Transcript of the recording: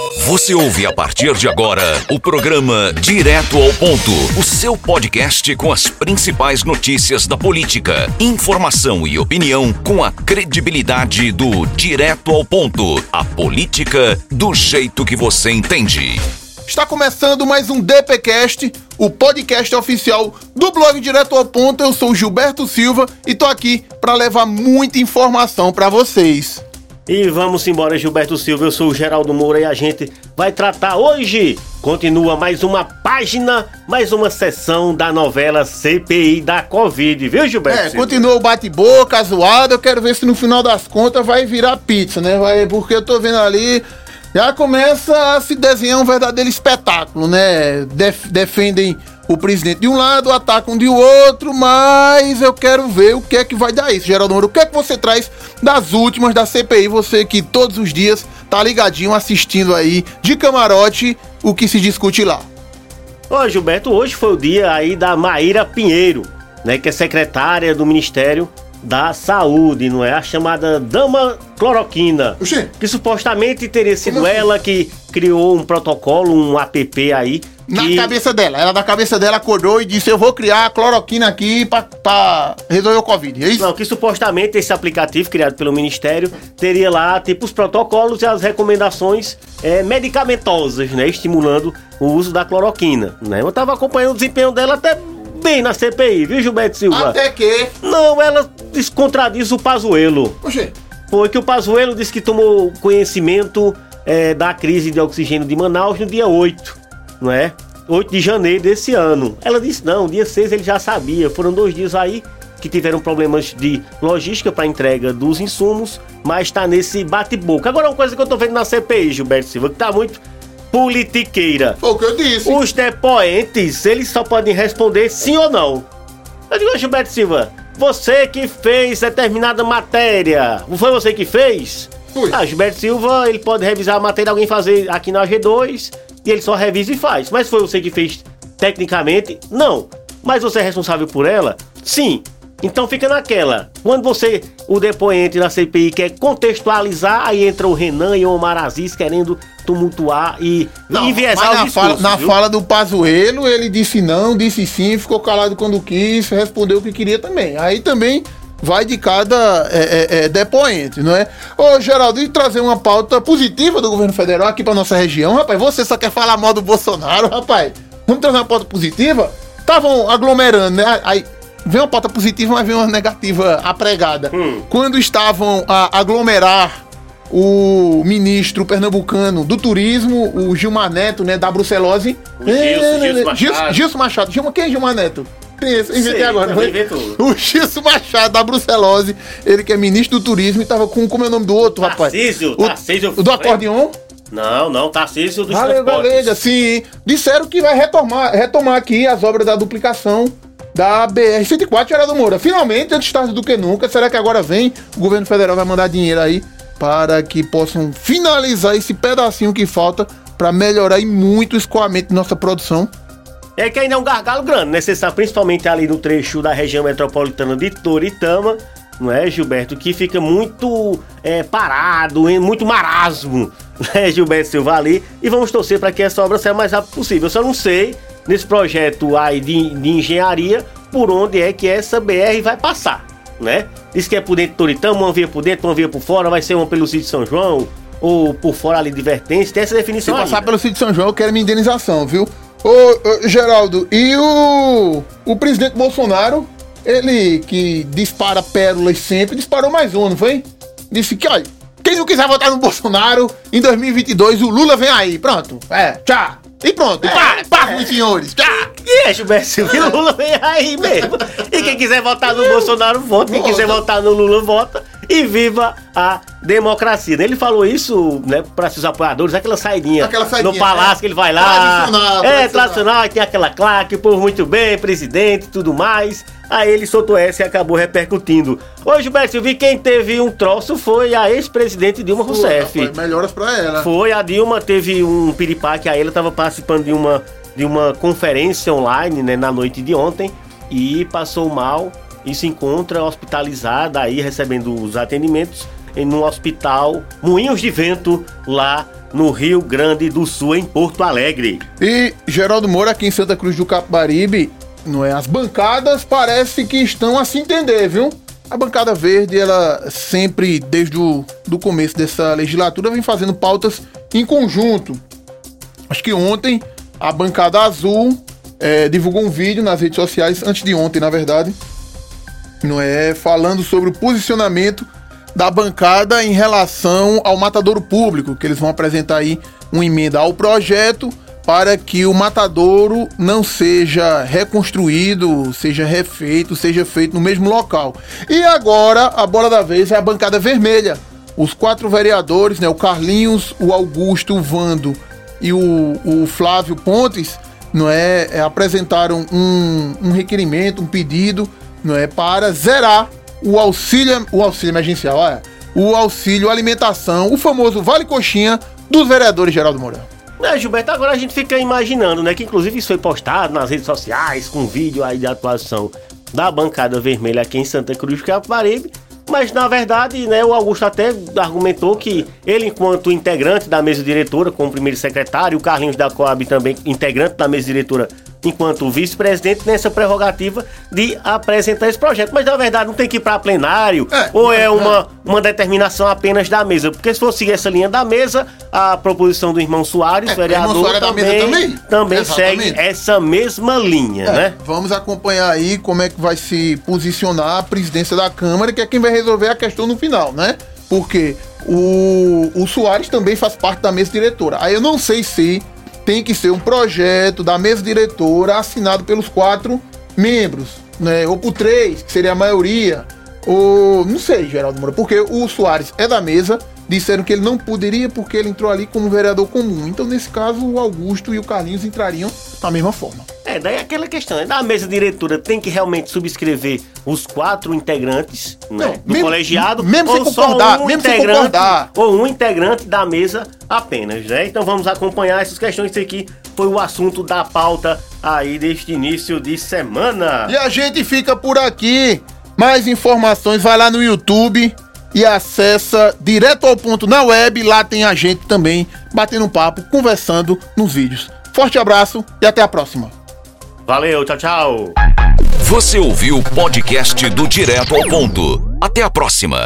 Você ouve a partir de agora o programa Direto ao Ponto, o seu podcast com as principais notícias da política, informação e opinião com a credibilidade do Direto ao Ponto, a política do jeito que você entende. Está começando mais um DPcast, o podcast oficial do blog Direto ao Ponto. Eu sou o Gilberto Silva e tô aqui para levar muita informação para vocês. E vamos embora, Gilberto Silva, eu sou o Geraldo Moura e a gente vai tratar hoje, continua mais uma página, mais uma sessão da novela CPI da Covid, viu, Gilberto Silva? Continua o bate-boca, a zoada, eu quero ver se no final das contas vai virar pizza, né? Porque eu tô vendo ali, já começa a se desenhar um verdadeiro espetáculo, né? Defendem o presidente de um lado, atacam de outro, mas eu quero ver o que é que vai dar isso, Geraldo Moura. O que é que você traz das últimas da CPI? Você que todos os dias tá ligadinho assistindo aí de camarote o que se discute lá. Ô, Gilberto, hoje foi o dia aí da Maíra Pinheiro, né, que é secretária do Ministério da Saúde, não é? A chamada Dama Cloroquina. Oxê. Que supostamente teria sido Como assim? ela que criou um protocolo, um app aí. Cabeça dela, ela da cabeça dela acordou e disse: eu vou criar a cloroquina aqui pra resolver o Covid, é isso? Não, que supostamente esse aplicativo criado pelo Ministério teria lá, tipo, os protocolos e as recomendações medicamentosas, né? Estimulando o uso da cloroquina, né? Eu tava acompanhando o desempenho dela até bem na CPI, viu, Gilberto Silva? Até que... Não, ela descontradiz o Pazuello. Oxê. Foi que o Pazuello disse que tomou conhecimento da crise de oxigênio de Manaus no dia 8, não é? 8 de janeiro desse ano. Ela disse não, dia 6 ele já sabia. Foram 2 dias aí que tiveram problemas de logística para entrega dos insumos, mas tá nesse bate-boca. Agora, uma coisa que eu tô vendo na CPI, Gilberto Silva, que tá muito politiqueira. Foi o que eu disse. Os depoentes, eles só podem responder sim ou não. Eu digo, Gilberto Silva, você que fez determinada matéria, não foi você que fez? Fui. Gilberto Silva, ele pode revisar a matéria, alguém fazer aqui na AG2, e ele só revisa e faz. Mas foi você que fez tecnicamente? Não. Mas você é responsável por ela? Sim. Então fica naquela. Quando você, o depoente da CPI, quer contextualizar, aí entra o Renan e o Omar Aziz querendo tumultuar e enviesar o discurso. Na fala do Pazuello, ele disse não, disse sim, ficou calado quando quis, respondeu o que queria também. Aí também vai de cada depoente, não é? Ô, Geraldo, e trazer uma pauta positiva do governo federal aqui pra nossa região, rapaz. Você só quer falar mal do Bolsonaro, rapaz. Vamos trazer uma pauta positiva? Estavam aglomerando, né? Aí vem uma pauta positiva, mas vem uma negativa apregada. Quando estavam a aglomerar o ministro pernambucano do turismo, o Gilmar Neto, né, da brucelose. Gilson Machado. Quem é Gilmar Neto? Inventei agora, foi? O Gilson Machado, da brucelose, ele que é ministro do turismo e tava com, como é o nome do outro, rapaz? Tarcísio, o do acordeon? Não, Tarcísio dos transportes. Sim, disseram que vai retomar aqui as obras da duplicação da BR-104, Geraldo Moura. Finalmente, antes tarde do que nunca, será que agora vem? O governo federal vai mandar dinheiro aí para que possam finalizar esse pedacinho que falta para melhorar e muito o escoamento de nossa produção. É que ainda é um gargalo grande, né? Você sabe, principalmente ali no trecho da região metropolitana de Toritama, não é, Gilberto? Que fica muito parado, muito marasmo, né, Gilberto Silva, ali. E vamos torcer para que essa obra saia o mais rápido possível. Eu só não sei, nesse projeto aí de engenharia, por onde é que essa BR vai passar, né? Diz que é por dentro de Toritama, uma via por dentro, uma via por fora, vai ser uma pelo sítio de São João, ou por fora ali de Vertentes, tem essa definição aí. Se passar pelo sítio de São João, eu quero minha indenização, viu? Ô, Geraldo, e o presidente Bolsonaro, ele que dispara pérolas sempre, disparou mais um, não foi? Disse que, olha, quem não quiser votar no Bolsonaro, em 2022 o Lula vem aí, pronto, tchau. E pronto, paz, meus senhores, tchau. E Gilberto Silva, o Lula vem aí mesmo. E quem quiser votar no Bolsonaro, vota. Quem quiser votar no Lula, vota. E viva a democracia. Ele falou isso, né, para seus apoiadores, aquela saidinha no palácio, que ele vai lá. Tradicional, tem aquela claque, o povo muito bem, presidente e tudo mais. Aí ele soltou essa e acabou repercutindo. Hoje, Gilberto Silva, quem teve um troço foi a ex-presidente Dilma Rousseff. Melhoras pra ela. Foi, a Dilma teve um piripaque, aí ela estava participando de uma conferência online, né, na noite de ontem, e passou mal e se encontra hospitalizada aí recebendo os atendimentos. no hospital Moinhos de Vento, lá no Rio Grande do Sul, em Porto Alegre. E Geraldo Moura, aqui em Santa Cruz do Capibaribe, não é? As bancadas parece que estão a se entender, viu? A bancada verde, ela sempre, desde o começo dessa legislatura, vem fazendo pautas em conjunto. Acho que ontem a bancada azul divulgou um vídeo nas redes sociais, antes de ontem, na verdade, não é? Falando sobre o posicionamento da bancada em relação ao matadouro público, que eles vão apresentar aí uma emenda ao projeto para que o matadouro não seja reconstruído, seja refeito, seja feito no mesmo local. E agora a bola da vez é a bancada vermelha. Os 4 vereadores, né, o Carlinhos, o Augusto, o Vando e o Flávio Pontes, não é, apresentaram um requerimento, um pedido, não é, para zerar o auxílio emergencial, o auxílio alimentação, o famoso Vale Coxinha dos vereadores, Geraldo Moura. Gilberto, agora a gente fica imaginando, né, que inclusive isso foi postado nas redes sociais, com vídeo aí de atuação da bancada vermelha aqui em Santa Cruz do Capibaribe, mas na verdade, né, o Augusto até argumentou que ele, enquanto integrante da mesa diretora, como primeiro secretário, o Carlinhos da Coab também integrante da mesa diretora enquanto vice-presidente, nessa prerrogativa de apresentar esse projeto. Mas na verdade não tem que ir para plenário, ou é uma determinação apenas da mesa, porque se for seguir essa linha da mesa, a proposição do irmão Soares, vereador, também segue essa mesma linha, né? Vamos acompanhar aí como é que vai se posicionar a presidência da Câmara, que é quem vai resolver a questão no final, né? Porque o Soares também faz parte da mesa diretora. Aí eu não sei se tem que ser um projeto da mesa diretora assinado pelos 4 membros, né? Ou por 3, que seria a maioria. Ou não sei, Geraldo Moura, porque o Soares é da mesa, disseram que ele não poderia porque ele entrou ali como vereador comum. Então, nesse caso, o Augusto e o Carlinhos entrariam da mesma forma. Daí aquela questão, da mesa diretora tem que realmente subscrever os 4 integrantes, né, do colegiado, mesmo ou sem só concordar, um integrante da mesa apenas, né? Então vamos acompanhar essas questões. Isso aqui foi o assunto da pauta aí deste início de semana. E a gente fica por aqui. Mais informações, vai lá no YouTube e acessa Direto ao Ponto na web. Lá tem a gente também batendo um papo, conversando nos vídeos. Forte abraço e até a próxima. Valeu, tchau, tchau. Você ouviu o podcast do Direto ao Ponto. Até a próxima.